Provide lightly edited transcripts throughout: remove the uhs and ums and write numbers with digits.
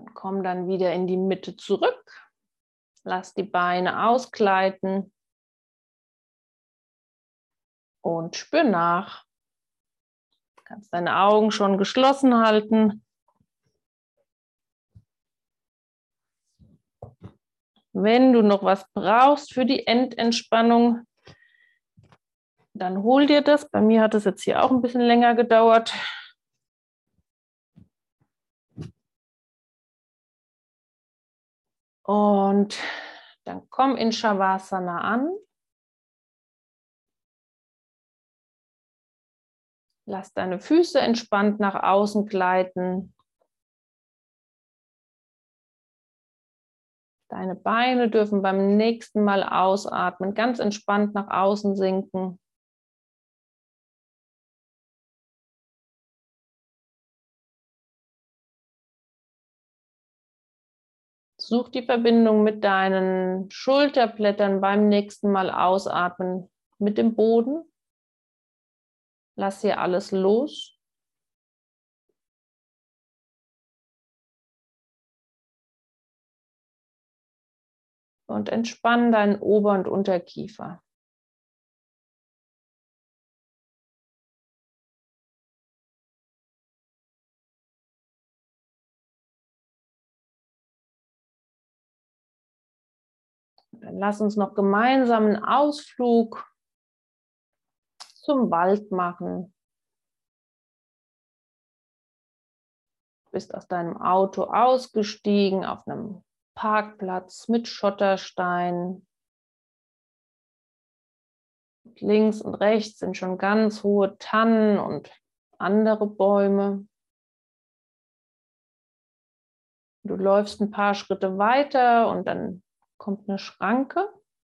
Komm dann wieder in die Mitte zurück. Lass die Beine ausgleiten. Und spür nach. Du kannst deine Augen schon geschlossen halten. Wenn du noch was brauchst für die Endentspannung, dann hol dir das. Bei mir hat es jetzt hier auch ein bisschen länger gedauert. Und dann komm in Shavasana an. Lass deine Füße entspannt nach außen gleiten. Deine Beine dürfen beim nächsten Mal ausatmen ganz entspannt nach außen sinken. Such die Verbindung mit deinen Schulterblättern beim nächsten Mal ausatmen mit dem Boden. Lass hier alles los. Und entspann deinen Ober- und Unterkiefer. Dann lass uns noch gemeinsam einen Ausflug zum Wald machen. Du bist aus deinem Auto ausgestiegen auf einem Parkplatz mit Schottersteinen. Links und rechts sind schon ganz hohe Tannen und andere Bäume. Du läufst ein paar Schritte weiter und dann kommt eine Schranke.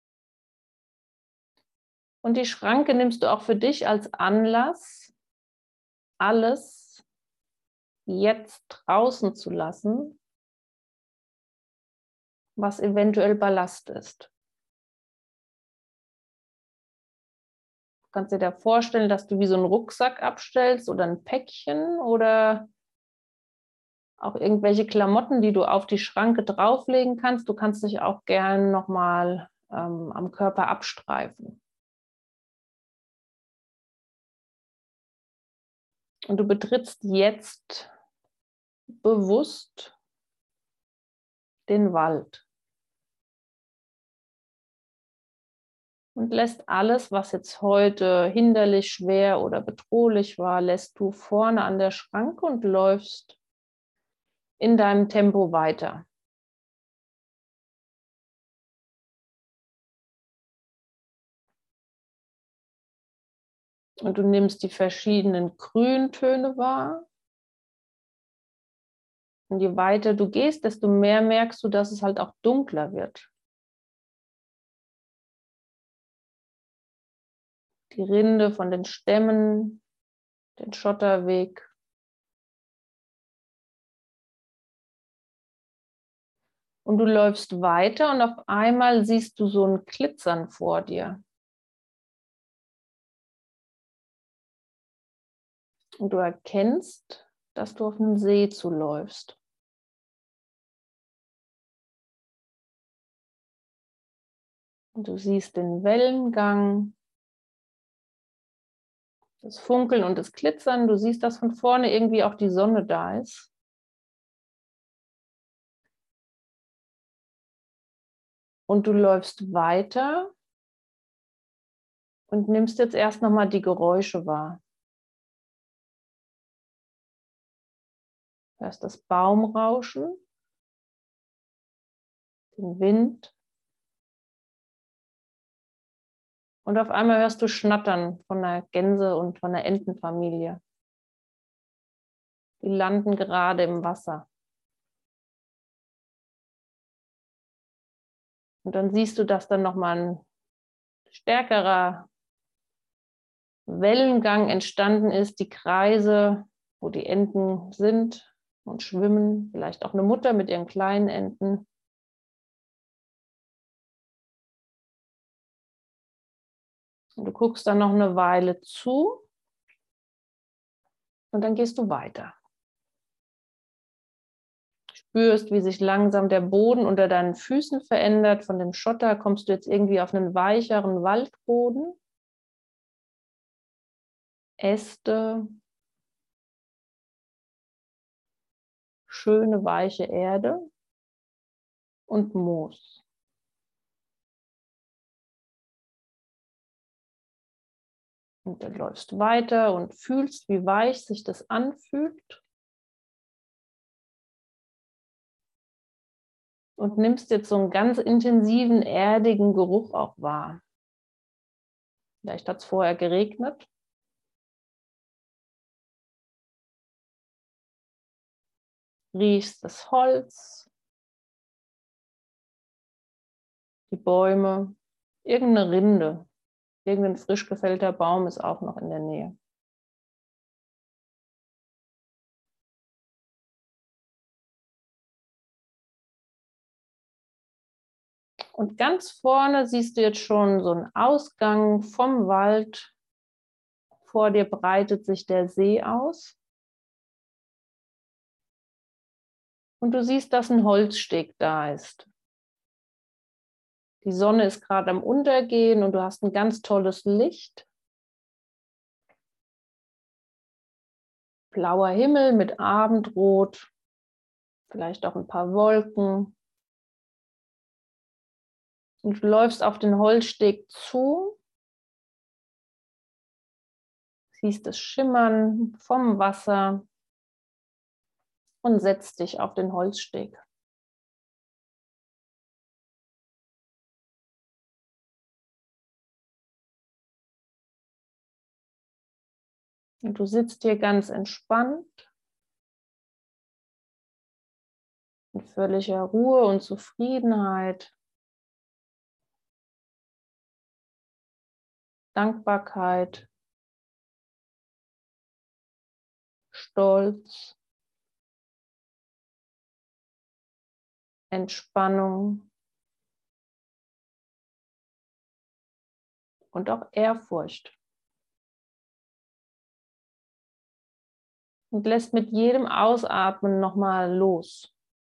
Und die Schranke nimmst du auch für dich als Anlass, alles jetzt draußen zu lassen, was eventuell Ballast ist. Du kannst dir da vorstellen, dass du wie so einen Rucksack abstellst oder ein Päckchen oder auch irgendwelche Klamotten, die du auf die Schranke drauflegen kannst. Du kannst dich auch gern nochmal am Körper abstreifen. Und du betrittst jetzt bewusst den Wald. Und lässt alles, was jetzt heute hinderlich, schwer oder bedrohlich war, lässt du vorne an der Schranke und läufst in deinem Tempo weiter. Und du nimmst die verschiedenen Grüntöne wahr. Und je weiter du gehst, desto mehr merkst du, dass es halt auch dunkler wird. Die Rinde von den Stämmen, den Schotterweg. Und du läufst weiter und auf einmal siehst du so ein Glitzern vor dir. Und du erkennst, dass du auf einen See zuläufst. Und du siehst den Wellengang, das Funkeln und das Glitzern. Du siehst, dass von vorne irgendwie auch die Sonne da ist. Und du läufst weiter und nimmst jetzt erst nochmal die Geräusche wahr. Du hörst das Baumrauschen, den Wind. Und auf einmal hörst du Schnattern von der Gänse- und von der Entenfamilie. Die landen gerade im Wasser. Und dann siehst du, dass dann nochmal ein stärkerer Wellengang entstanden ist, die Kreise, wo die Enten sind und schwimmen. Vielleicht auch eine Mutter mit ihren kleinen Enten. Und du guckst dann noch eine Weile zu und dann gehst du weiter. spürst, wie sich langsam der Boden unter deinen Füßen verändert. Von dem Schotter kommst du jetzt irgendwie auf einen weicheren Waldboden. Äste, schöne weiche Erde und Moos. Und dann läufst du weiter und fühlst, wie weich sich das anfühlt. Und nimmst jetzt so einen ganz intensiven, erdigen Geruch auch wahr. Vielleicht hat es vorher geregnet. Riechst das Holz, die Bäume, irgendeine Rinde, irgendein frisch gefällter Baum ist auch noch in der Nähe. Und ganz vorne siehst du jetzt schon so einen Ausgang vom Wald. Vor dir breitet sich der See aus. Und du siehst, dass ein Holzsteg da ist. Die Sonne ist gerade am Untergehen und du hast ein ganz tolles Licht. Blauer Himmel mit Abendrot, vielleicht auch ein paar Wolken. Und du läufst auf den Holzsteg zu, siehst es schimmern vom Wasser und setzt dich auf den Holzsteg. Und du sitzt hier ganz entspannt, in völliger Ruhe und Zufriedenheit, Dankbarkeit, Stolz, Entspannung und auch Ehrfurcht. Und lässt mit jedem Ausatmen nochmal los.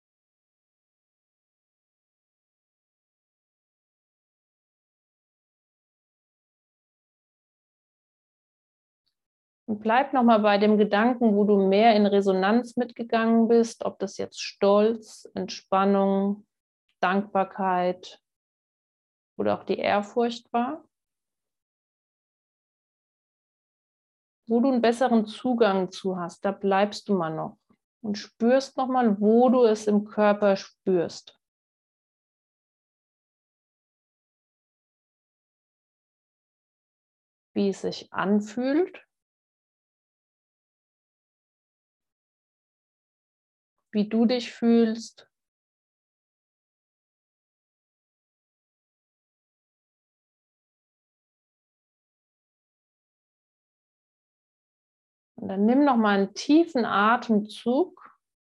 Und bleib nochmal bei dem Gedanken, wo du mehr in Resonanz mitgegangen bist, ob das jetzt Stolz, Entspannung, Dankbarkeit oder auch die Ehrfurcht war. Wo du einen besseren Zugang zu hast, da bleibst du mal noch und spürst nochmal, wo du es im Körper spürst. Wie es sich anfühlt, wie du dich fühlst. Und dann nimm noch mal einen tiefen Atemzug.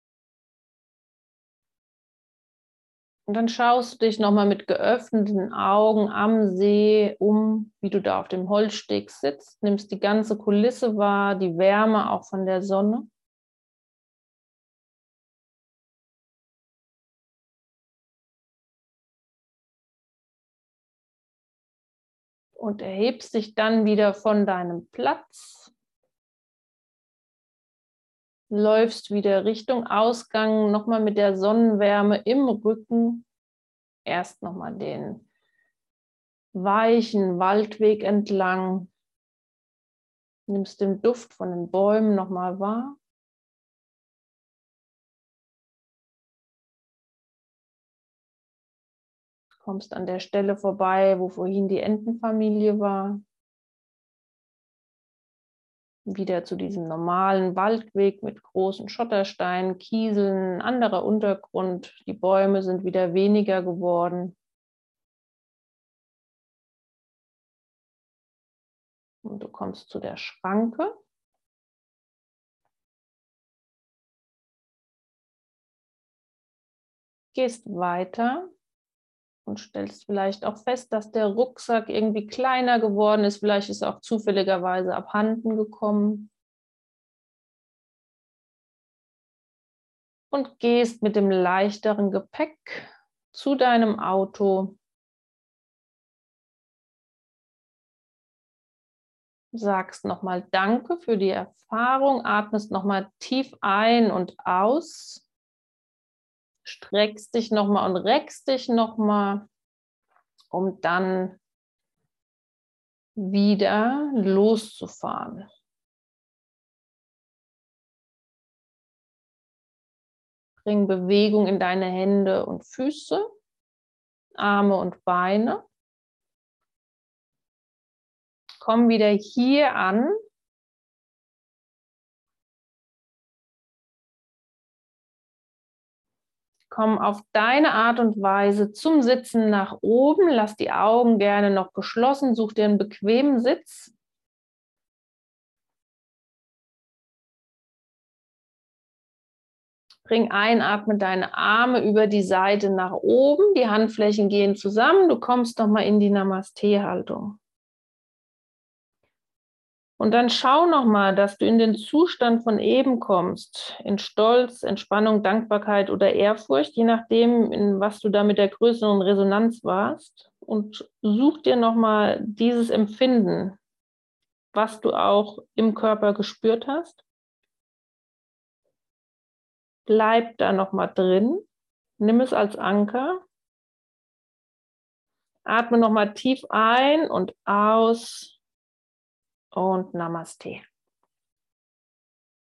Und dann schaust du dich noch mal mit geöffneten Augen am See um, wie du da auf dem Holzsteg sitzt. Nimmst die ganze Kulisse wahr, die Wärme auch von der Sonne. Und erhebst dich dann wieder von deinem Platz. Läufst wieder Richtung Ausgang, nochmal mit der Sonnenwärme im Rücken. Erst nochmal den weichen Waldweg entlang. Nimmst den Duft von den Bäumen nochmal wahr. Kommst an der Stelle vorbei, wo vorhin die Entenfamilie war. Wieder zu diesem normalen Waldweg mit großen Schottersteinen, Kieseln, anderer Untergrund. Die Bäume sind wieder weniger geworden. Und du kommst zu der Schranke. Gehst weiter und stellst vielleicht auch fest, dass der Rucksack irgendwie kleiner geworden ist. Vielleicht ist er auch zufälligerweise abhanden gekommen. und gehst mit dem leichteren Gepäck zu deinem Auto. Sagst nochmal Danke für die Erfahrung, atmest nochmal tief ein und aus, streckst dich nochmal und reckst dich nochmal, um dann wieder loszufahren. Bring Bewegung in deine Hände und Füße, Arme und Beine. Komm wieder hier an. Komm auf deine Art und Weise zum Sitzen nach oben. Lass die Augen gerne noch geschlossen. Such dir einen bequemen Sitz. Bring einatmen deine Arme über die Seite nach oben. Die Handflächen gehen zusammen. Du kommst nochmal in die Namaste-Haltung. Und dann schau nochmal, dass du in den Zustand von eben kommst. In Stolz, Entspannung, Dankbarkeit oder Ehrfurcht, je nachdem, in was du da mit der größeren Resonanz warst. Und such dir nochmal dieses Empfinden, was du auch im Körper gespürt hast. Bleib da nochmal drin. Nimm es als Anker. Atme nochmal tief ein und aus und Namaste.